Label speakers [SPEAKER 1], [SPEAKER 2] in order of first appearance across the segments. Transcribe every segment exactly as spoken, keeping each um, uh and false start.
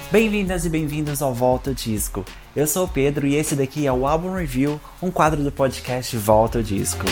[SPEAKER 1] Bem-vindas e bem-vindos ao Volta ao Disco. Eu sou o Pedro e esse daqui é o Álbum Review, um quadro do podcast Volta ao Disco.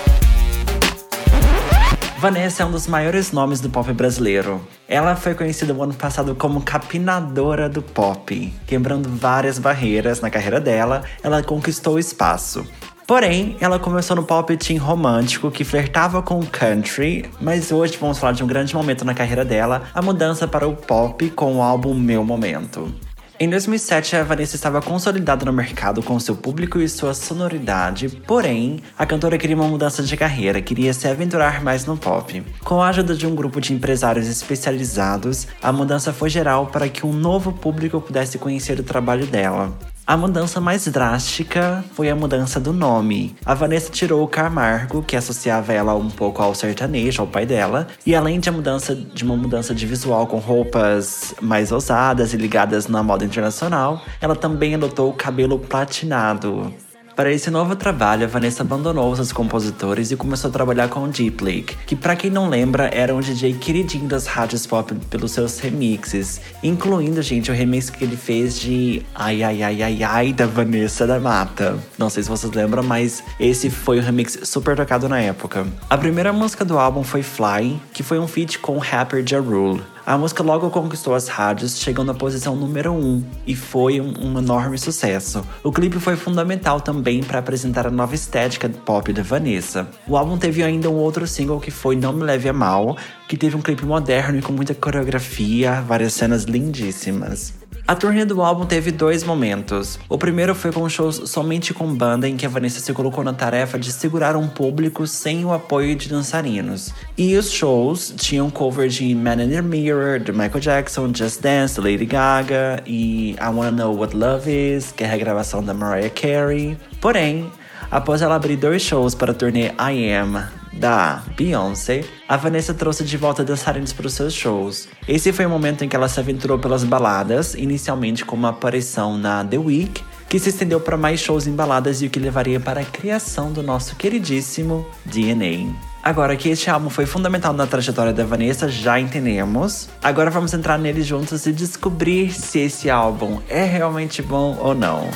[SPEAKER 1] Vanessa é um dos maiores nomes do pop brasileiro. Ela foi conhecida no ano passado como capinadora do pop. Quebrando várias barreiras na carreira dela, ela conquistou espaço. Porém, ela começou no pop teen romântico, que flertava com o country, mas hoje vamos falar de um grande momento na carreira dela, a mudança para o pop com o álbum Meu Momento. Em dois mil e sete, a Vanessa estava consolidada no mercado com seu público e sua sonoridade, porém, a cantora queria uma mudança de carreira, queria se aventurar mais no pop. Com a ajuda de um grupo de empresários especializados, a mudança foi geral para que um novo público pudesse conhecer o trabalho dela. A mudança mais drástica foi a mudança do nome. A Vanessa tirou o Camargo, que associava ela um pouco ao sertanejo, ao pai dela. E além de, a mudança, de uma mudança de visual com roupas mais ousadas e ligadas na moda internacional, ela também adotou o cabelo platinado. Para esse novo trabalho, a Vanessa abandonou seus compositores e começou a trabalhar com o Deep Leak, que pra quem não lembra, era um D J queridinho das rádios pop pelos seus remixes, incluindo, gente, o remix que ele fez de Ai Ai Ai Ai Ai da Vanessa da Mata. Não sei se vocês lembram, mas esse foi o remix super tocado na época. A primeira música do álbum foi Fly, que foi um feat com o rapper Ja Rule. A música logo conquistou as rádios, chegando na posição número um, e foi um, um enorme sucesso. O clipe foi fundamental também para apresentar a nova estética pop da Vanessa. O álbum teve ainda um outro single que foi Não Me Leve a Mal, que teve um clipe moderno e com muita coreografia, várias cenas lindíssimas. A turnê do álbum teve dois momentos. O primeiro foi com shows somente com banda, em que a Vanessa se colocou na tarefa de segurar um público sem o apoio de dançarinos. E os shows tinham cover de Man in the Mirror, de Michael Jackson, Just Dance, da Lady Gaga e I Wanna Know What Love Is, que é a regravação da Mariah Carey. Porém, após ela abrir dois shows para a turnê I Am, da Beyoncé, a Vanessa trouxe de volta dançarinos para os seus shows. Esse foi o momento em que ela se aventurou pelas baladas, inicialmente com uma aparição na The Week, que se estendeu para mais shows em baladas e o que levaria para a criação do nosso queridíssimo D N A. Agora que este álbum foi fundamental na trajetória da Vanessa, já entendemos. Agora vamos entrar nele juntos e descobrir se esse álbum é realmente bom ou não.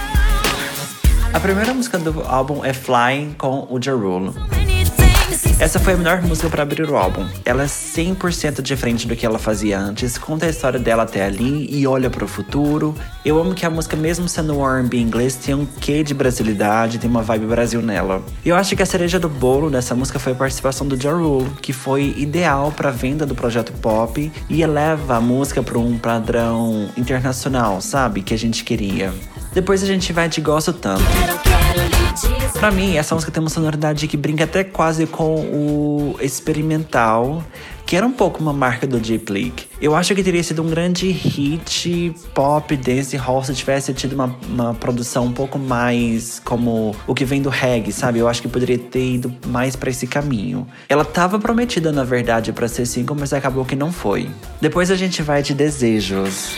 [SPEAKER 1] A primeira música do álbum é Flying, com o Ja Rule. Essa foi a melhor música para abrir o álbum. Ela é cem por cento diferente do que ela fazia antes, conta a história dela até ali e olha pro futuro. Eu amo que a música, mesmo sendo um R and B inglês, tem um quê de brasilidade, tem uma vibe Brasil nela. E eu acho que a cereja do bolo dessa música foi a participação do Ja Rule, que foi ideal para a venda do projeto pop e eleva a música para um padrão internacional, sabe? Que a gente queria. Depois a gente vai de Gosto Tanto. Pra mim, essa música tem uma sonoridade que brinca até quase com o experimental, que era um pouco uma marca do Deep Leak. Eu acho que teria sido um grande hit pop dance hall se tivesse tido uma, uma produção um pouco mais como o que vem do reggae, sabe? Eu acho que poderia ter ido mais pra esse caminho. Ela tava prometida, na verdade, pra ser single, mas acabou que não foi. Depois a gente vai de Desejos.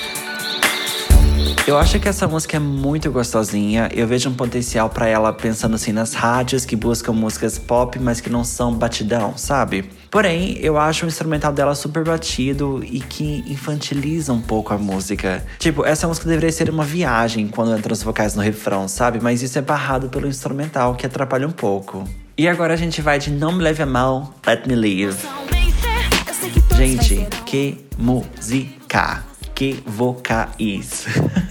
[SPEAKER 1] Eu acho que essa música é muito gostosinha. Eu vejo um potencial pra ela pensando assim nas rádios que buscam músicas pop, mas que não são batidão, sabe? Porém, eu acho o instrumental dela super batido e que infantiliza um pouco a música. Tipo, essa música deveria ser uma viagem quando entram os vocais no refrão, sabe? Mas isso é barrado pelo instrumental, que atrapalha um pouco. E agora a gente vai de Não Me Leve a Mal, Let Me Live. Gente, que música! Que vocais.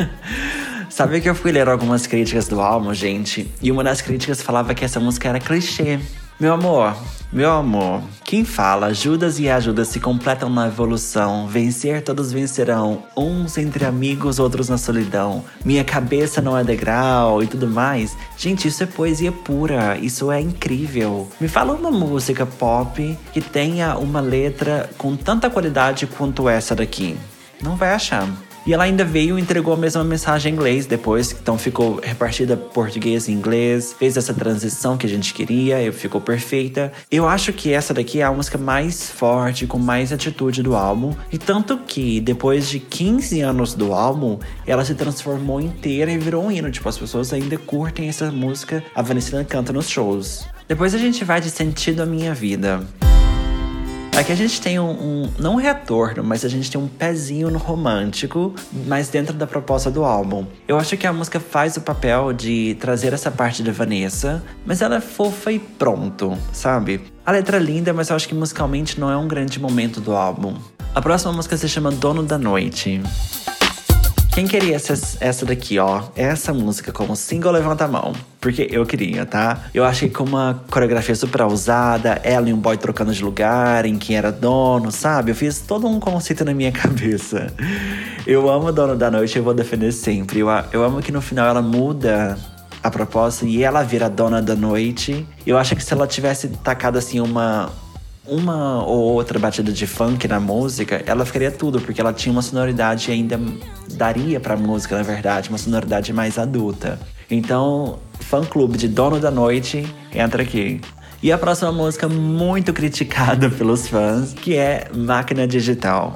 [SPEAKER 1] Sabe que eu fui ler algumas críticas do álbum, gente? E uma das críticas falava que essa música era clichê. Meu amor, meu amor, quem fala Judas e Ajuda se completam na evolução, vencer todos vencerão, uns entre amigos, outros na solidão, minha cabeça não é degrau e tudo mais. Gente, isso é poesia pura, isso é incrível. Me fala uma música pop que tenha uma letra com tanta qualidade quanto essa daqui. Não vai achar. E ela ainda veio e entregou a mesma mensagem em inglês depois. Então ficou repartida português e inglês. Fez essa transição que a gente queria e ficou perfeita. Eu acho que essa daqui é a música mais forte, com mais atitude do álbum. E tanto que depois de quinze anos do álbum, ela se transformou inteira e virou um hino. Tipo, as pessoas ainda curtem essa música. A Vanessa canta nos shows. Depois a gente vai de Sentido a Minha Vida. Aqui a gente tem um, um, não um retorno, mas a gente tem um pezinho no romântico, mas dentro da proposta do álbum. Eu acho que a música faz o papel de trazer essa parte da Vanessa, mas ela é fofa e pronto, sabe? A letra é linda, mas eu acho que musicalmente não é um grande momento do álbum. A próxima música se chama Dono da Noite. Quem queria essa, essa daqui, ó? Essa música como single, levanta a mão. Porque eu queria, tá? Eu achei com uma coreografia super ousada, ela e um boy trocando de lugar, em quem era dono, sabe? Eu fiz todo um conceito na minha cabeça. Eu amo Dono da Noite e eu vou defender sempre. Eu, eu amo que no final ela muda a proposta e ela vira Dona da Noite. Eu acho que se ela tivesse tacado assim uma... uma ou outra batida de funk na música, ela ficaria tudo, porque ela tinha uma sonoridade e ainda daria pra música, na verdade, uma sonoridade mais adulta. Então, fã-clube de Dono da Noite entra aqui. E a próxima música muito criticada pelos fãs, que é Máquina Digital.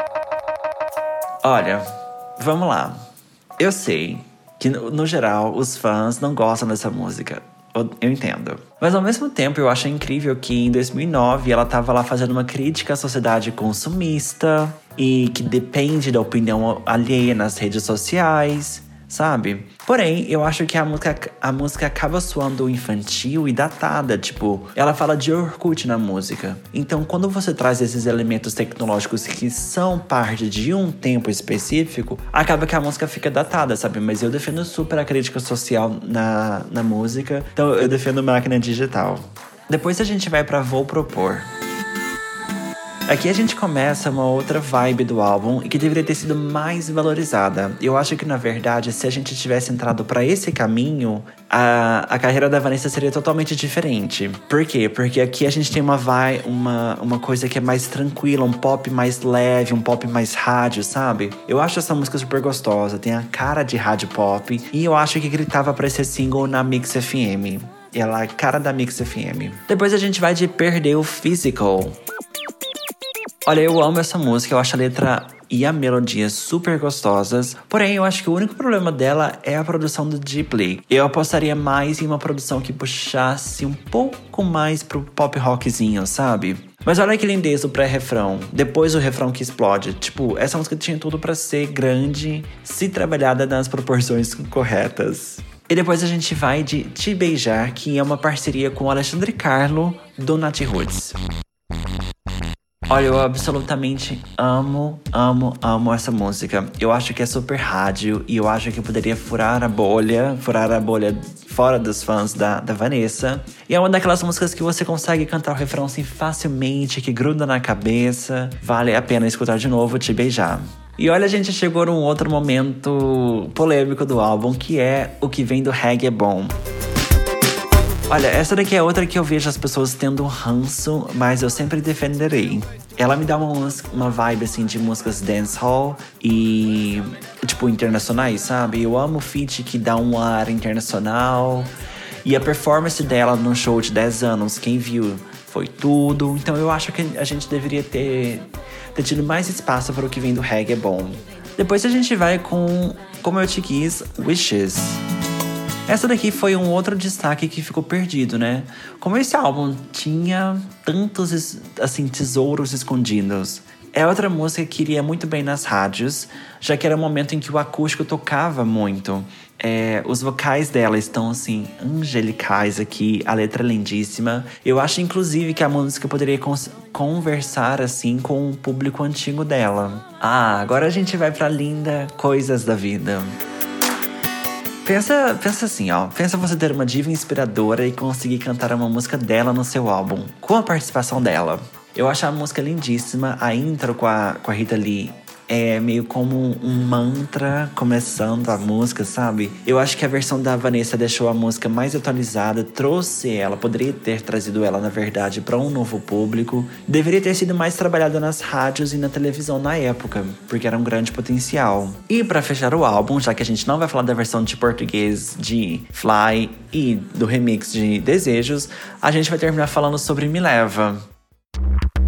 [SPEAKER 1] Olha, vamos lá. Eu sei que, no, no geral, os fãs não gostam dessa música. Eu entendo. Mas ao mesmo tempo, eu acho incrível que em dois mil e nove ela tava lá fazendo uma crítica à sociedade consumista e que depende da opinião alheia nas redes sociais, sabe? Porém, eu acho que a música, a música acaba soando infantil e datada. Tipo, ela fala de Orkut na música. Então, quando você traz esses elementos tecnológicos que são parte de um tempo específico, acaba que a música fica datada, sabe? Mas eu defendo super a crítica social na, na música. Então, eu defendo Máquina Digital. Depois a gente vai pra Vou Propor. Aqui a gente começa uma outra vibe do álbum e que deveria ter sido mais valorizada. Eu acho que, na verdade, se a gente tivesse entrado pra esse caminho, a, a carreira da Vanessa seria totalmente diferente. Por quê? Porque aqui a gente tem uma, vai, uma, uma coisa que é mais tranquila, um pop mais leve, um pop mais rádio, sabe? Eu acho essa música super gostosa, tem a cara de rádio pop e eu acho que gritava pra esse single na Mix F M. Ela é a cara da Mix F M. Depois a gente vai de Perder o Physical. Olha, eu amo essa música, eu acho a letra e a melodia super gostosas. Porém, eu acho que o único problema dela é a produção do Deeply. Eu apostaria mais em uma produção que puxasse um pouco mais pro pop rockzinho, sabe? Mas olha que lindeza o pré-refrão, depois o refrão que explode. Tipo, essa música tinha tudo pra ser grande, se trabalhada nas proporções corretas. E depois a gente vai de Te Beijar, que é uma parceria com o Alexandre Carlo, do Nat Roots. Olha, eu absolutamente amo, amo, amo essa música. Eu acho que é super rádio e eu acho que poderia furar a bolha, furar a bolha fora dos fãs da, da Vanessa. E é uma daquelas músicas que você consegue cantar o refrão assim facilmente, que gruda na cabeça. Vale a pena escutar de novo, Te Beijar. E olha, a gente chegou num outro momento polêmico do álbum, que é O Que Vem do Reggae é Bom. Olha, essa daqui é outra que eu vejo as pessoas tendo ranço, mas eu sempre defenderei. Ela me dá uma, uma vibe, assim, de músicas dancehall e, tipo, internacionais, sabe? Eu amo o feat que dá um ar internacional. E a performance dela no show de dez anos, quem viu, foi tudo. Então eu acho que a gente deveria ter, ter tido mais espaço para O Que Vem do Reggae é Bom. Depois a gente vai com Como Eu Te Quis, Wishes. Essa daqui foi um outro destaque que ficou perdido, né? Como esse álbum tinha tantos, assim, tesouros escondidos. É outra música que iria muito bem nas rádios, já que era um momento em que o acústico tocava muito. É, os vocais dela estão, assim, angelicais aqui, a letra é lindíssima. Eu acho, inclusive, que a música poderia cons- conversar, assim, com o público antigo dela. Ah, agora a gente vai pra linda Coisas da Vida. Pensa, pensa assim, ó. Pensa você ter uma diva inspiradora e conseguir cantar uma música dela no seu álbum, com a participação dela. Eu acho a música lindíssima. A intro com a, com a Rita Lee é meio como um mantra começando a música, sabe? Eu acho que a versão da Vanessa deixou a música mais atualizada, trouxe ela, poderia ter trazido ela, na verdade, para um novo público. Deveria ter sido mais trabalhada nas rádios e na televisão na época, porque era um grande potencial. E para fechar o álbum, já que a gente não vai falar da versão de português de Fly e do remix de Desejos, a gente vai terminar falando sobre Me Leva.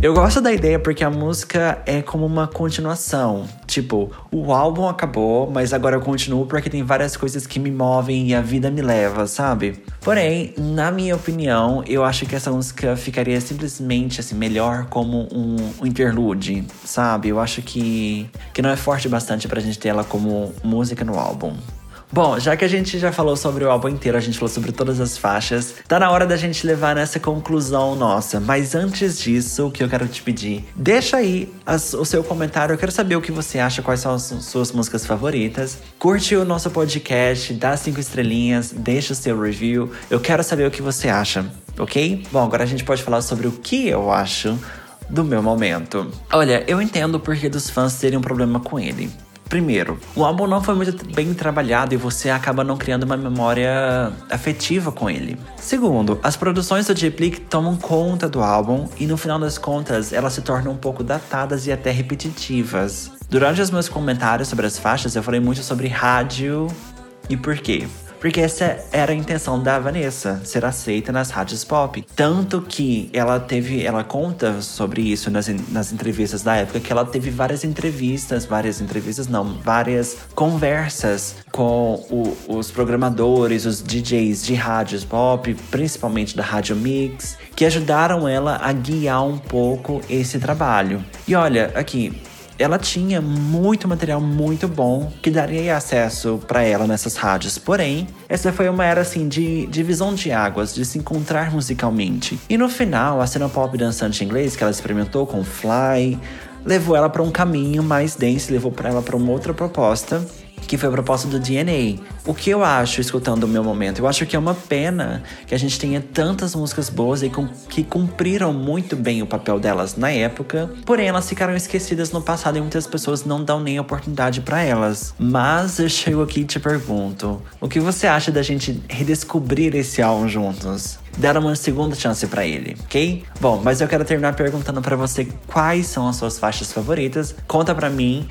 [SPEAKER 1] Eu gosto da ideia porque a música é como uma continuação. Tipo, o álbum acabou, mas agora eu continuo porque tem várias coisas que me movem e a vida me leva, sabe? Porém, na minha opinião, eu acho que essa música ficaria simplesmente assim, melhor como um, um interlude, sabe? Eu acho que, que não é forte bastante pra gente ter ela como música no álbum. Bom, já que a gente já falou sobre o álbum inteiro, a gente falou sobre todas as faixas, tá na hora da gente levar nessa conclusão nossa. Mas antes disso, o que eu quero te pedir, deixa aí as, o seu comentário. Eu quero saber o que você acha, quais são as suas músicas favoritas. Curte o nosso podcast, dá cinco estrelinhas, deixa o seu review. Eu quero saber o que você acha, ok? Bom, agora a gente pode falar sobre o que eu acho do meu momento. Olha, eu entendo o porquê dos fãs terem um problema com ele. Primeiro, o álbum não foi muito bem trabalhado e você acaba não criando uma memória afetiva com ele. Segundo, as produções do J Pleak tomam conta do álbum e no final das contas elas se tornam um pouco datadas e até repetitivas. Durante os meus comentários sobre as faixas eu falei muito sobre rádio e por quê. Porque essa era a intenção da Vanessa, ser aceita nas rádios pop. Tanto que ela teve, ela conta sobre isso nas, nas entrevistas da época, que ela teve várias entrevistas, várias entrevistas não, várias conversas com o, os programadores, os D Js de rádios pop, principalmente da Rádio Mix, que ajudaram ela a guiar um pouco esse trabalho. E olha, aqui, ela tinha muito material muito bom que daria acesso pra ela nessas rádios. Porém, essa foi uma era assim de divisão de águas, de se encontrar musicalmente. E no final, a cena pop dançante inglês que ela experimentou com Fly levou ela pra um caminho mais dance, levou pra ela pra uma outra proposta, que foi a proposta do D N A. O que eu acho, escutando o meu momento, eu acho que é uma pena que a gente tenha tantas músicas boas e com, que cumpriram muito bem o papel delas na época, porém elas ficaram esquecidas no passado e muitas pessoas não dão nem oportunidade pra elas. Mas eu chego aqui e te pergunto, o que você acha da gente redescobrir esse álbum juntos? Dar uma segunda chance pra ele, ok? Bom, mas eu quero terminar perguntando pra você quais são as suas faixas favoritas. Conta pra mim.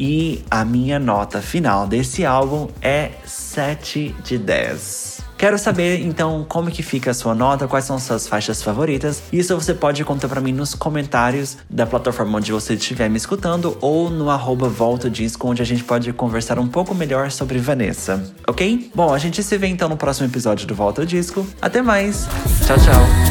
[SPEAKER 1] E a minha nota final desse álbum é sete de dez. Quero saber, então, como que fica a sua nota, quais são suas faixas favoritas. Isso você pode contar pra mim nos comentários da plataforma onde você estiver me escutando ou no arroba Volta Disco, onde a gente pode conversar um pouco melhor sobre Vanessa, ok? Bom, a gente se vê então no próximo episódio do Volta Disco. Até mais! Tchau, tchau!